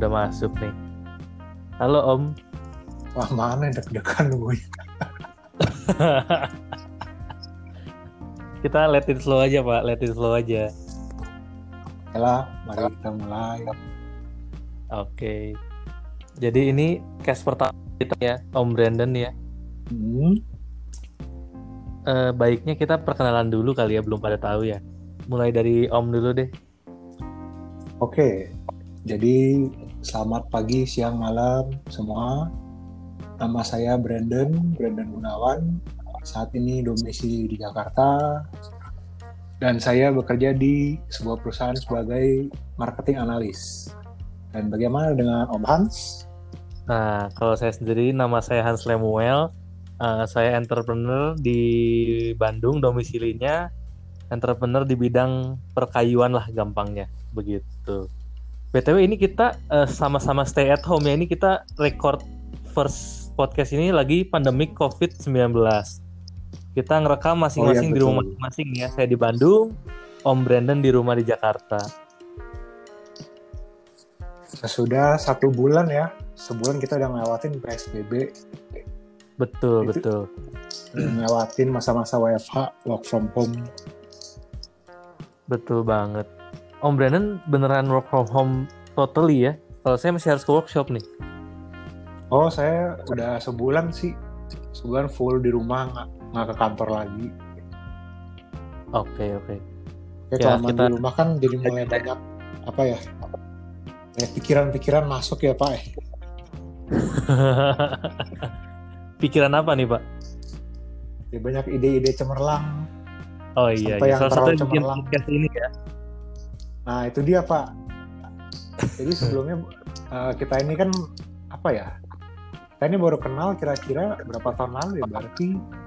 udah masuk nih. Halo Om. Wah, mana deg-degan gue. Kita let it slow aja Pak, let it slow aja. Yalah, mari kita mulai. Oke. Jadi ini cast pertama kita ya, Om Brandon ya. Baiknya kita perkenalan dulu kali ya, belum pada tahu ya. Mulai dari Om dulu deh. Oke, jadi selamat pagi, siang, malam semua. Nama saya Brandon Gunawan. Saat ini domisili di Jakarta. Dan saya bekerja di sebuah perusahaan sebagai marketing analis. Dan bagaimana dengan Om Hans? Nah, kalau saya sendiri nama saya Hans Lemuel. Saya entrepreneur di Bandung domisilinya. Entrepreneur di bidang perkayuan lah gampangnya, begitu. BTW ini kita sama-sama stay at home ya. Ini kita record first podcast ini lagi pandemik COVID-19. Kita ngerekam masing-masing di rumah masing-masing ya. Saya di Bandung, Om Brandon di rumah di Jakarta. Sudah 1 bulan ya. Sebulan kita udah ngelewatin PSBB. Betul. Ngelewatin masa-masa WFH, work from home. Betul banget. Om Brandon beneran work from home totally ya? Kalau saya masih harus ke workshop nih. Oh, saya udah sebulan sih. Sebulan full di rumah, nggak ke kantor lagi. Oke. Ya, kelamaan di rumah kan jadi mulai banyak apa ya? Pikiran-pikiran masuk ya Pak. Pikiran apa nih Pak? Ya, banyak ide-ide cemerlang. Oh iya, salah satu bikin podcast ini ya. Nah itu dia Pak. Jadi sebelumnya kita ini kan apa ya? Kita ini baru kenal kira-kira berapa tahun lalu ya? Berarti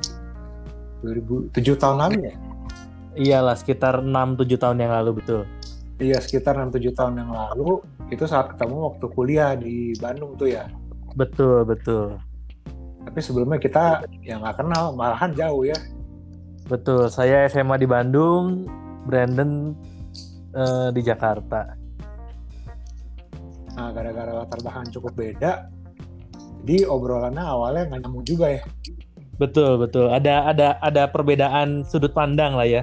7 tahun lalu ya? Iyalah, sekitar 6-7 tahun yang lalu, betul. Iya, sekitar 6-7 tahun yang lalu. Itu saat ketemu waktu kuliah di Bandung tuh ya? Betul. Tapi sebelumnya kita ya nggak kenal, malahan jauh ya? Betul, saya SMA di Bandung, Brandon di Jakarta. Nah, gara-gara latar belakang cukup beda, jadi obrolannya awalnya nggak nyambung juga ya. Betul. Ada perbedaan sudut pandang lah ya.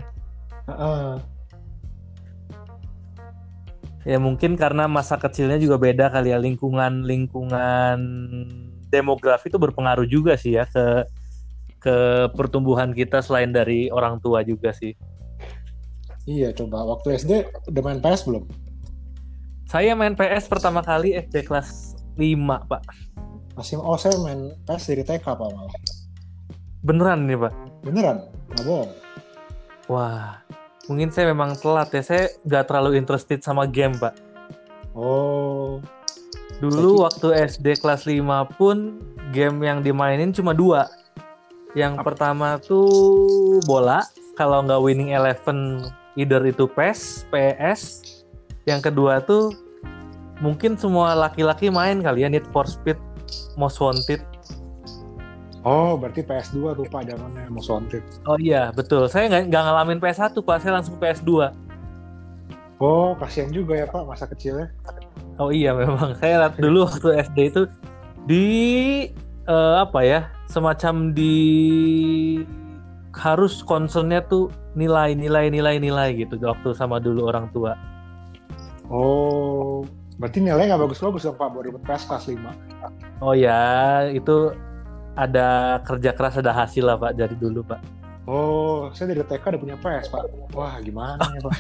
Ya mungkin karena masa kecilnya juga beda kali ya, lingkungan demografi itu berpengaruh juga sih ya ke pertumbuhan kita selain dari orang tua juga sih. Iya, coba waktu SD udah main PS belum? Saya main PS pertama kali SD kelas 5, Pak. Saya main PS dari TK Pak malah. Beneran nih Pak? Beneran, nggak bohong. Wah, mungkin saya memang telat ya. Saya nggak terlalu interested sama game Pak. Oh. Dulu waktu SD kelas 5 pun game yang dimainin cuma 2. Yang pertama tuh bola, kalau nggak Winning Eleven, either itu PS. Yang kedua tuh mungkin semua laki-laki main kali ya, Need for Speed, Most Wanted. Oh, berarti PS2 tuh Pak zamannya Most Wanted. Oh iya, betul. Saya nggak ngalamin PS1 Pak, saya langsung PS2. Oh, kasihan juga ya Pak masa kecilnya. Oh iya, memang. Saya dulu waktu SD itu di semacam harus concernnya tuh nilai gitu waktu sama dulu orang tua. Oh, berarti nilainya nggak bagus-bagus dong Pak baru dapat PS kelas 5. Oh ya, itu ada kerja keras, ada hasil lah Pak dari dulu Pak. Oh, saya dari TK udah punya PS Pak. Wah, gimana ya Pak?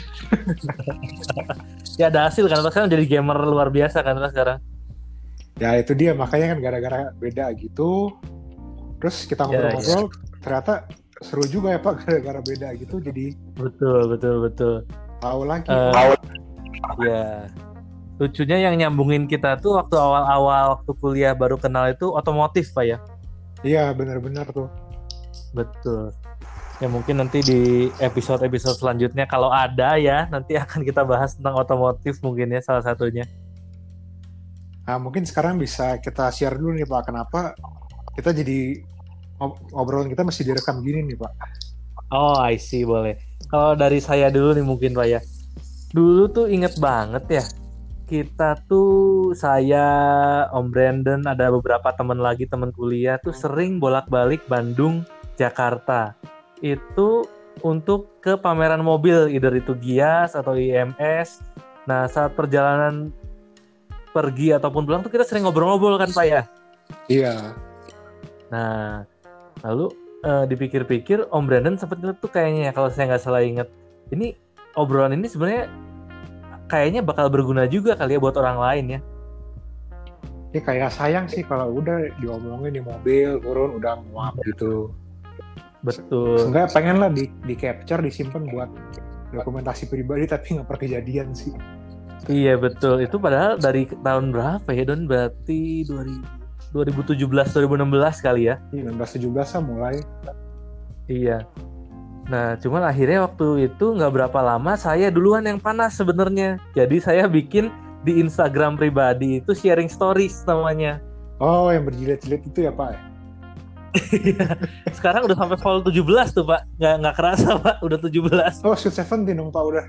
Ya ada hasil kan Pak, sekarang jadi gamer luar biasa kan Pak sekarang. Ya itu dia, makanya kan gara-gara beda gitu. Terus kita ngobrol-ngobrol, ternyata seru juga ya Pak gara-gara beda gitu jadi. Betul. Tahu lagi. Ya. Lucunya yang nyambungin kita tuh waktu awal-awal waktu kuliah baru kenal itu otomotif Pak ya. Iya, benar-benar tuh. Betul. Ya mungkin nanti di episode-episode selanjutnya kalau ada ya, nanti akan kita bahas tentang otomotif mungkin ya salah satunya. Nah, mungkin sekarang bisa kita share dulu nih Pak, kenapa kita jadi obrolan kita mesti direkam gini nih Pak. Oh, I see, boleh. Kalau dari saya dulu nih mungkin Pak ya. Dulu tuh inget banget ya, kita tuh, saya, Om Brandon, ada beberapa teman lagi, teman kuliah tuh sering bolak-balik Bandung, Jakarta. Itu untuk ke pameran mobil, either itu Gias atau IMS. Nah, saat perjalanan pergi ataupun pulang tuh kita sering ngobrol-ngobrol kan Pak ya? Iya. Nah, lalu dipikir-pikir Om Brandon seperti itu kayaknya ya, kalau saya nggak salah ingat. Ini obrolan ini sebenarnya kayaknya bakal berguna juga kali ya buat orang lain ya. Ya kayak sayang sih kalau udah diomongin di mobil, turun udah nguap gitu. Betul. Seenggaknya pengen lah di capture, disimpan buat dokumentasi pribadi, tapi nggak pernah kejadian sih. Iya betul. Itu padahal dari tahun berapa ya Don? Berarti 2017-2016 kali ya. 16-17 lah mulai. Iya. Nah, cuman akhirnya waktu itu nggak berapa lama saya duluan yang panas sebenarnya. Jadi saya bikin di Instagram pribadi itu sharing stories namanya. Oh, yang berjilid-jilid itu ya Pak? Sekarang udah sampai follow 17 tuh Pak. Nggak kerasa Pak, udah 17. Oh, Sweet 17 dong Pak udah.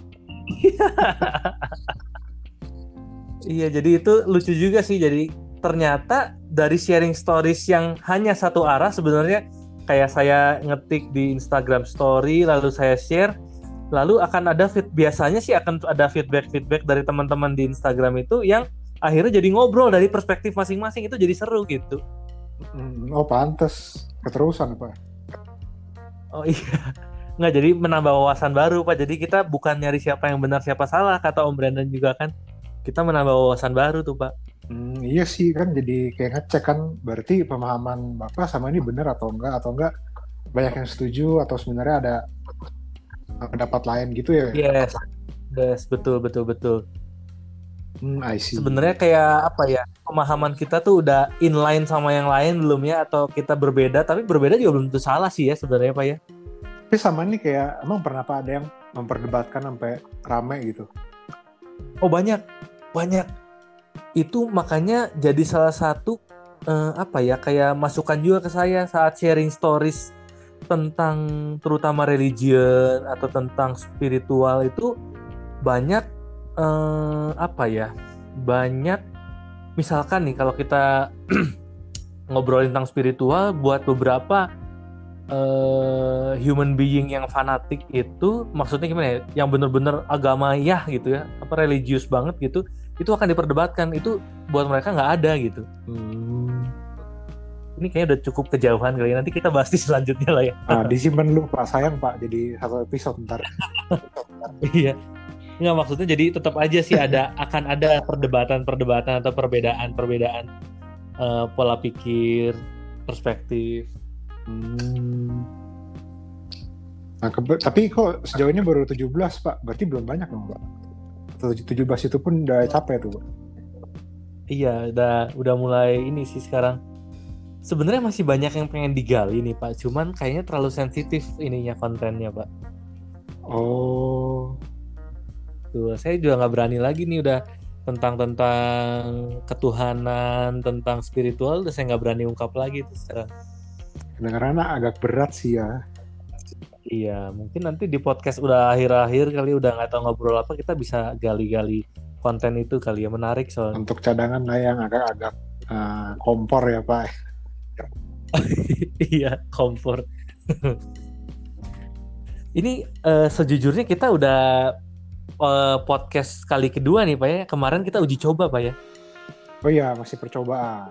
Iya, jadi itu lucu juga sih. Jadi ternyata dari sharing stories yang hanya satu arah sebenarnya, kayak saya ngetik di Instagram story lalu saya share, lalu akan ada biasanya sih akan ada feedback dari teman-teman di Instagram itu yang akhirnya jadi ngobrol dari perspektif masing-masing, itu jadi seru gitu. Oh pantes keterusan Pak. Oh iya, nggak, jadi menambah wawasan baru Pak. Jadi kita bukan nyari siapa yang benar siapa salah, kata Om Brandon juga kan. Kita menambah wawasan baru tuh Pak. Iya sih kan, jadi kayak ngecek kan, berarti pemahaman Bapak sama ini benar atau enggak banyak yang setuju atau sebenarnya ada pendapat lain gitu ya. Yes, betul. I see. Sebenarnya kayak apa ya, pemahaman kita tuh udah inline sama yang lain belum ya, atau kita berbeda, tapi berbeda juga belum tentu salah sih ya sebenarnya Pak ya. Tapi sama ini kayak emang pernah Pak ada yang memperdebatkan sampai rame gitu? Oh banyak. Itu makanya jadi salah satu apa ya, kayak masukan juga ke saya saat sharing stories tentang terutama religion atau tentang spiritual. Itu banyak apa ya, banyak misalkan nih kalau kita ngobrolin tentang spiritual, buat beberapa human being yang fanatik itu, maksudnya gimana ya, yang bener-bener agama ya gitu ya, apa religius banget gitu, itu akan diperdebatkan. Itu buat mereka nggak ada gitu. Ini kayaknya udah cukup kejauhan kali ya. Nanti kita bahas di selanjutnya lah ya. Disimpan dulu Pak, sayang Pak, jadi satu episode ntar. Iya. Nggak, maksudnya jadi tetap aja sih akan ada perdebatan atau perbedaan pola pikir, perspektif. Nah, tapi kok sejauh ini baru 17 Pak, berarti belum banyak dong Pak. 17 itu pun udah capek tuh Pak. Iya, udah mulai ini sih sekarang. Sebenarnya masih banyak yang pengen digali nih Pak, cuman kayaknya terlalu sensitif ininya kontennya Pak. Oh. Tuh, saya juga nggak berani lagi nih, udah tentang ketuhanan, tentang spiritual, udah saya nggak berani ungkap lagi tuh sekarang. Kedengarannya agak berat sih ya. Iya, mungkin nanti di podcast udah akhir-akhir kali, udah nggak tahu ngobrol apa, kita bisa gali-gali konten itu kali ya, menarik soalnya. Untuk cadangan lah yang agak-agak kompor ya Pak. Iya, kompor. Ini sejujurnya kita udah podcast kali kedua nih Pak ya. Kemarin kita uji coba Pak ya. Oh iya, masih percobaan.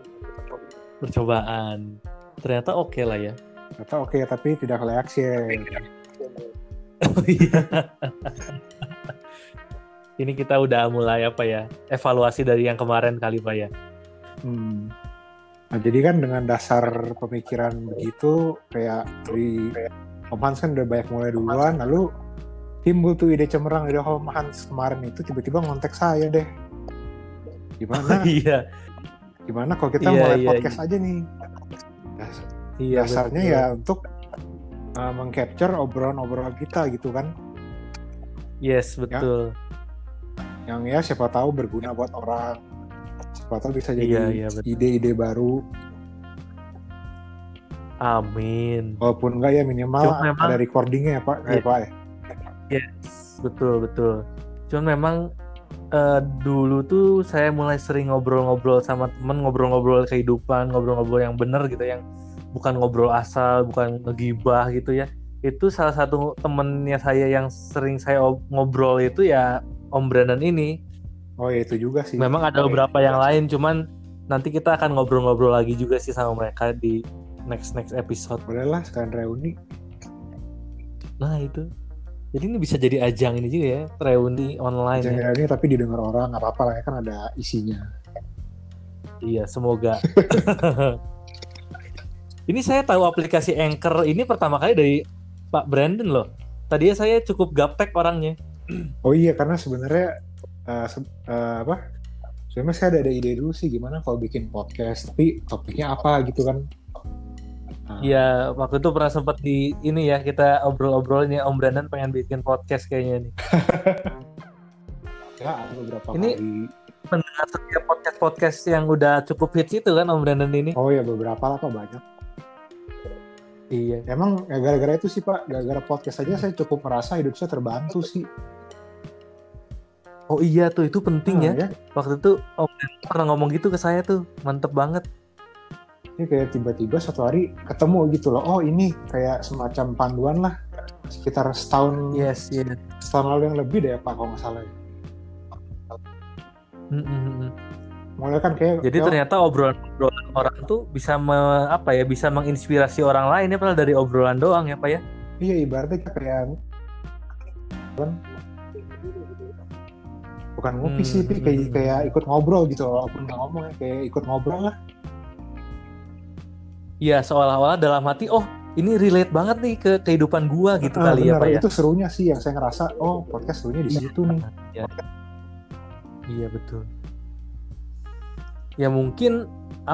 Ternyata oke lah ya. Ternyata oke, tapi tidak layak share. Oh iya. Ini kita udah mulai apa ya, evaluasi dari yang kemarin kali Pak ya. Nah, jadi kan dengan dasar pemikiran begitu, kayak di Om Hans kan udah banyak mulai duluan, lalu timbul tuh ide cemerlang dari Om Hans kemarin itu, tiba-tiba ngontek saya deh. Gimana? Iya. Gimana kalau kita mulai podcast aja nih? Dasarnya betul. Ya untuk meng-capture obrolan-obrolan kita gitu kan. Yes, betul. Yang ya siapa tahu berguna buat orang. Siapa tahu bisa jadi ide-ide baru. Amin. Walaupun enggak ya, minimal ada recordingnya ya Pak, kayak Pak ya. Yes, betul. Cuman memang Dulu tuh saya mulai sering ngobrol-ngobrol sama temen, ngobrol-ngobrol kehidupan, ngobrol-ngobrol yang bener gitu, yang bukan ngobrol asal, bukan ngegibah gitu ya. Itu salah satu temennya saya yang sering saya ngobrol itu ya Om Brandon ini. Oh ya itu juga sih. Memang ada beberapa yang lain, cuman nanti kita akan ngobrol-ngobrol lagi juga sih sama mereka di next episode. Boleh lah sekalian reuni. Nah itu. Jadi ini bisa jadi ajang ini juga ya, reuni online Jangan ya. reuni tapi didengar orang, nggak apa-apa lah ya, kan ada isinya. Iya, semoga. Ini saya tahu aplikasi Anchor ini pertama kali dari Pak Brandon loh. Tadinya saya cukup gaptek orangnya. Oh iya, karena sebenarnya sebenarnya saya ada ide dulu sih gimana kalau bikin podcast, tapi topiknya apa gitu kan. Iya, waktu itu pernah sempat di ini ya, kita obrol-obrolin ya, Om Brandon pengen bikin podcast kayaknya nih. Ya, ada beberapa Ini kali. Mendengar setiap podcast yang udah cukup hits itu kan Om Brandon ini. Oh ya, beberapa lah Pak, banyak. Iya. Emang ya gara-gara itu sih Pak, gara-gara podcast aja saya cukup merasa hidup saya terbantu sih. Oh iya tuh, itu penting ya. Ya. Waktu itu Om Brandon pernah ngomong gitu ke saya tuh, mantep banget. Ini kayak tiba-tiba satu hari ketemu gitu loh. Oh ini kayak semacam panduan lah. Sekitar setahun lalu yang lebih deh Pak kalau nggak salah. Mulai kan kayak. Jadi ternyata obrolan orang tuh bisa bisa menginspirasi orang lain ya, padahal dari obrolan doang ya Pak ya. Iya, ibaratnya kayak bukan ngopi sih, tapi kayak ikut ngobrol gitu loh. Walaupun nggak ngomong ya, kayak ikut ngobrol lah. Iya, seolah-olah dalam hati, oh ini relate banget nih ke kehidupan gua gitu kali bener, ya Pak ya. Itu serunya sih yang saya ngerasa, oh podcast serunya di situ nih. Iya betul. Ya mungkin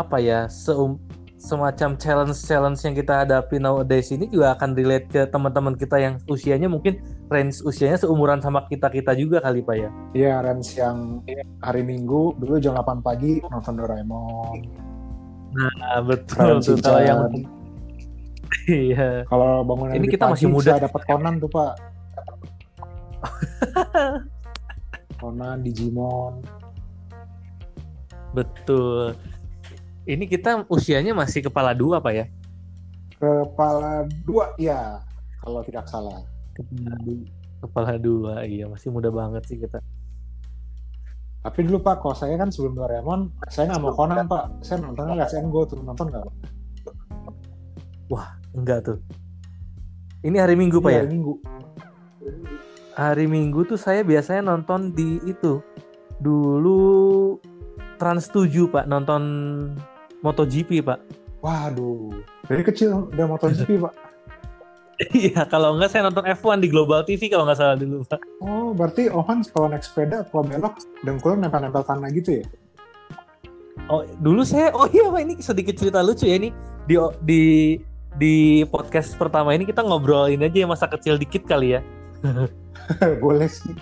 semacam challenge yang kita hadapi nowadays ini juga akan relate ke teman-teman kita yang usianya mungkin range usianya seumuran sama kita juga kali Pak ya. Iya, range yang hari Minggu dulu jam 8 pagi nonton Doraemon. Nah betul tuh kalau yang iya. Kalau bangun ini kita masih muda dapat Conan tuh Pak. Conan, Digimon. Betul. Ini kita usianya masih kepala 2 Pak ya? Kepala 2 ya, kalau tidak salah. Kepala 2, iya masih muda banget sih kita. Tapi dulu Pak, kalau saya kan sebelum Doraemon, saya nggak mau Conan Pak. Saya nontonnya Let's Go tuh, nonton nggak? Wah, enggak tuh. Ini hari Minggu Pak ya? Hari Minggu. Hari Minggu tuh saya biasanya nonton di itu. Dulu Trans 7 Pak, nonton MotoGP Pak. Waduh, dari kecil udah MotoGP Pak. Iya, kalau enggak saya nonton F1 di Global TV kalau nggak salah dulu Pak. Oh, berarti Ohan kalau naik sepeda, kalau belok, dengkulnya nempel-nempel tanah gitu ya? Oh, dulu saya, Pak, ini sedikit cerita lucu ya ini. Di podcast pertama ini kita ngobrolin aja masa kecil dikit kali ya. Boleh sih.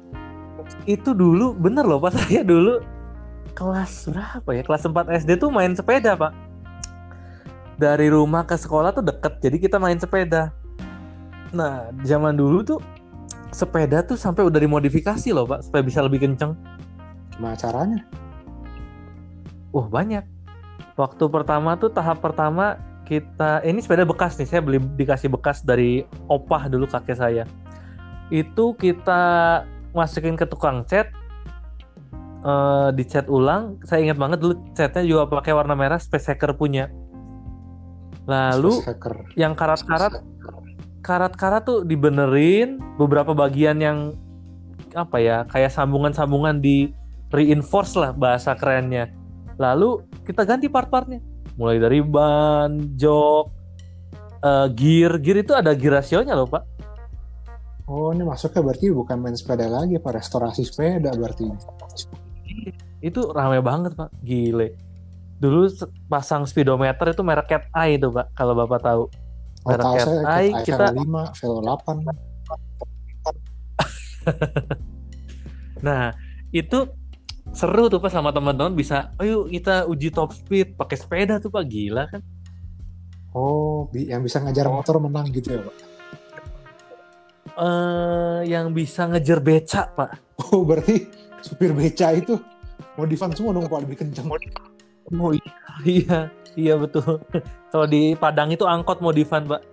Itu dulu, bener loh Pak, saya dulu kelas berapa ya? Kelas 4 SD tuh main sepeda Pak. Dari rumah ke sekolah tuh deket, jadi kita main sepeda. Nah, zaman dulu tuh sepeda tuh sampai udah dimodifikasi loh Pak, supaya bisa lebih kenceng. Gimana caranya? Wah, banyak. Waktu pertama tuh tahap pertama kita, ini sepeda bekas nih, saya dikasih bekas dari opah dulu kakek saya. Itu kita masukin ke tukang cat, dicat ulang. Saya ingat banget dulu catnya juga pakai warna merah, Space Hacker punya. Lalu yang karat-karat tuh dibenerin, beberapa bagian yang kayak sambungan-sambungan di reinforce lah bahasa kerennya. Lalu kita ganti part-partnya, mulai dari ban, jok, gear itu ada gear rasionya loh Pak. Oh, ini masuknya berarti bukan main sepeda lagi Pak, restorasi sepeda berarti. Itu ramai banget Pak, gile. Dulu pasang speedometer itu merek Cat Eye itu Pak, kalau Bapak tahu. Merek Cat Eye kita VL5, VL8. Nah, itu seru tuh Pak sama teman-teman, bisa ayo kita uji top speed pakai sepeda tuh Pak, gila kan. Oh, yang bisa ngejar motor menang gitu ya Pak. Yang bisa ngejar beca Pak. Oh, berarti supir beca itu modifan semua dong Pak, lebih kencang. Oh iya, iya betul. Kalau di Padang itu angkot modifan, Pak.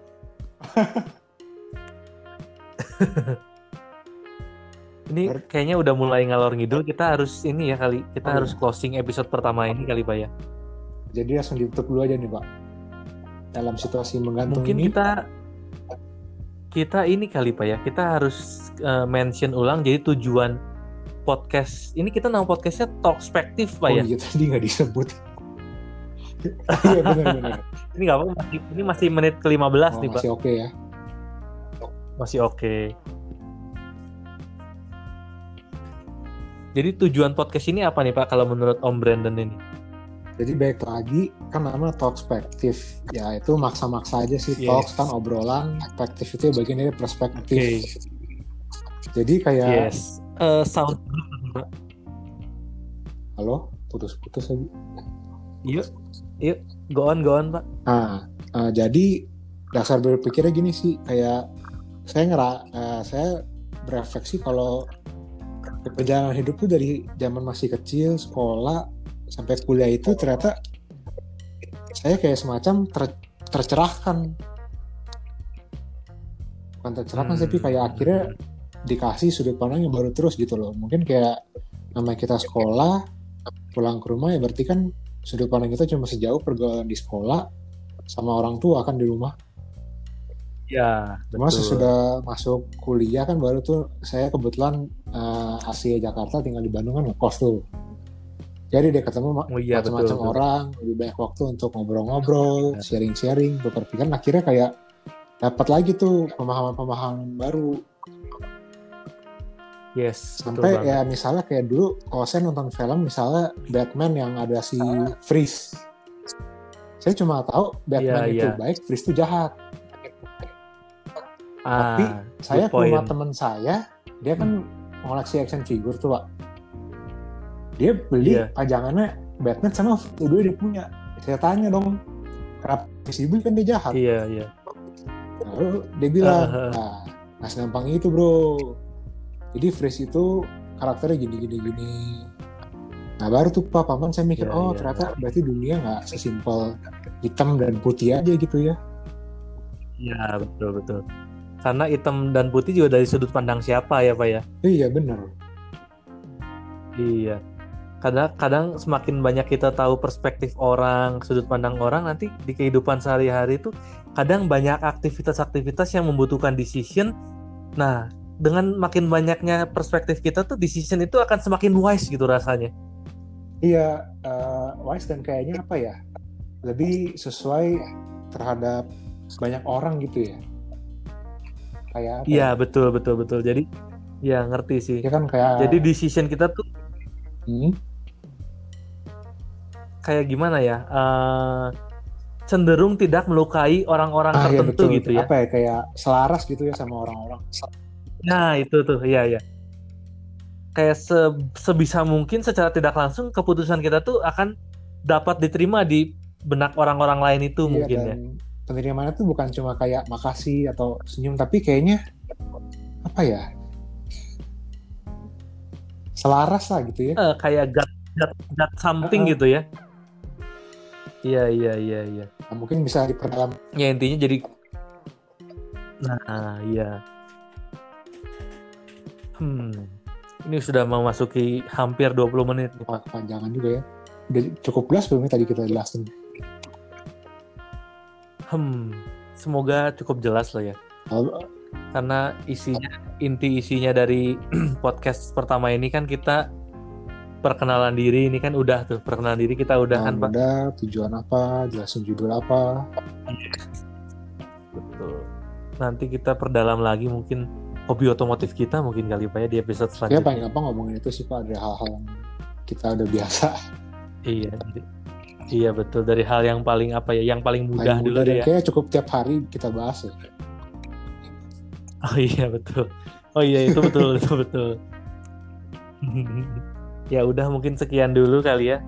Ini kayaknya udah mulai ngalor ngidul. Kita harus ini ya kali. Kita harus closing episode pertama ini kali, Pak ya. Jadi langsung ditutup dulu aja nih Pak. Dalam situasi menggantung Mungkin ini. kita ini kali Pak ya. Kita harus mention ulang. Jadi tujuan podcast ini, kita nama podcastnya Talkspektif Pak ya. Oh iya, tadi nggak disebut. Iya benar-benar. Ini nggak apa, ini masih menit ke-15 nih Pak. Masih oke ya. Masih oke. Jadi tujuan podcast ini apa nih Pak kalau menurut Om Brandon ini? Jadi baik lagi kan nama Talkspektif. Ya itu maksa-maksa aja sih. Talks kan obrolan, perspektif itu bagian dari perspektif. Okay. Jadi kayak sound. Halo, putus-putus lagi. Yuk, go on Pak. Jadi dasar berpikirnya gini sih, kayak saya berefleksi kalau perjalanan hidup tuh dari zaman masih kecil, sekolah sampai kuliah itu ternyata saya kayak semacam tercerahkan. Bukan tercerahkan tapi kayak akhirnya dikasih sudut pandang yang baru terus gitu loh. Mungkin kayak namanya kita sekolah, pulang ke rumah ya berarti kan sudut pandang kita cuma sejauh pergaulan di sekolah sama orang tua kan di rumah. Ya, cuma sesudah masuk kuliah kan baru tuh saya kebetulan asli Jakarta, tinggal di Bandung kan ngekos tuh. Jadi dia ketemu macam-macam orang, lebih banyak waktu untuk ngobrol-ngobrol, sharing-sharing, tukar pikiran. Akhirnya kayak dapat lagi tuh pemahaman-pemahaman baru. Yes, sampai ya misalnya kayak dulu kalau saya nonton film misalnya Batman yang ada si Freeze, saya cuma tahu Batman itu baik, Freeze itu jahat. Tapi saya ke rumah teman saya, dia kan ngoleksi action figure tuh Pak, dia beli pajangannya Batman sama dua dia punya. Saya tanya dong, kenapa si beli, kan dia jahat. Iya. Lalu dia bilang, nah segampang itu bro. Jadi Freeze itu karakternya gini. Nah baru tuh Pak Paman saya mikir, ternyata berarti dunia nggak sesimpel hitam dan putih aja gitu ya. Iya betul. Karena hitam dan putih juga dari sudut pandang siapa ya Pak ya. Iya benar. Iya. Kadang semakin banyak kita tahu perspektif orang, sudut pandang orang, nanti di kehidupan sehari-hari itu kadang banyak aktivitas-aktivitas yang membutuhkan decision. Nah, dengan makin banyaknya perspektif kita tuh decision itu akan semakin wise gitu rasanya. Iya, wise dan kayaknya apa ya, lebih sesuai terhadap banyak orang gitu ya. Kayak apa? Iya betul. Jadi ya ngerti sih. Ya kan kayak. Jadi decision kita tuh kayak gimana ya? Cenderung tidak melukai orang-orang tertentu ya, gitu ya. Apa ya, kayak selaras gitu ya sama orang-orang. Nah itu tuh, iya. Kayak sebisa mungkin secara tidak langsung keputusan kita tuh akan dapat diterima di benak orang-orang lain itu mungkin dan ya. Penerimaannya tuh bukan cuma kayak makasih atau senyum, tapi kayaknya apa ya? Selaras lah gitu ya. Kayak got something gitu ya. Iya. Nah, mungkin bisa diperdalam. Ya intinya jadi. Nah iya. Ini sudah memasuki hampir 20 menit. Panjangan juga ya. Udah cukup jelas belum tadi kita jelasin? Semoga cukup jelas lah ya. Karena inti isinya dari podcast pertama ini kan kita perkenalan diri. Ini kan udah tuh perkenalan diri kita udah kan Pak. Udah, tujuan apa, jelasin judul apa. Betul. Nanti kita perdalam lagi mungkin hobi otomotif kita mungkin kali Pak ya di episode selanjutnya. Ya paling gampang ngomongin itu sih Pak, ada hal-hal yang kita udah biasa. Iya betul, dari hal yang paling apa ya, yang paling mudah dulu deh ya. Kayaknya cukup tiap hari kita bahas ya. Oh iya betul. Oh iya itu betul. Ya udah mungkin sekian dulu kali ya.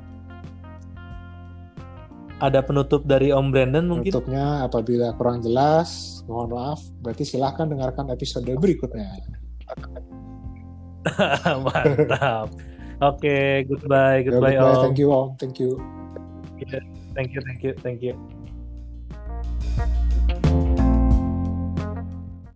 Ada penutup dari Om Brandon mungkin? Penutupnya apabila kurang jelas, mohon maaf. Berarti silahkan dengarkan episode berikutnya. Mantap. Oke, goodbye, Ya, goodbye goodbye. Om. Thank you, Om. Thank you. Iya, thank you, thank you, thank you.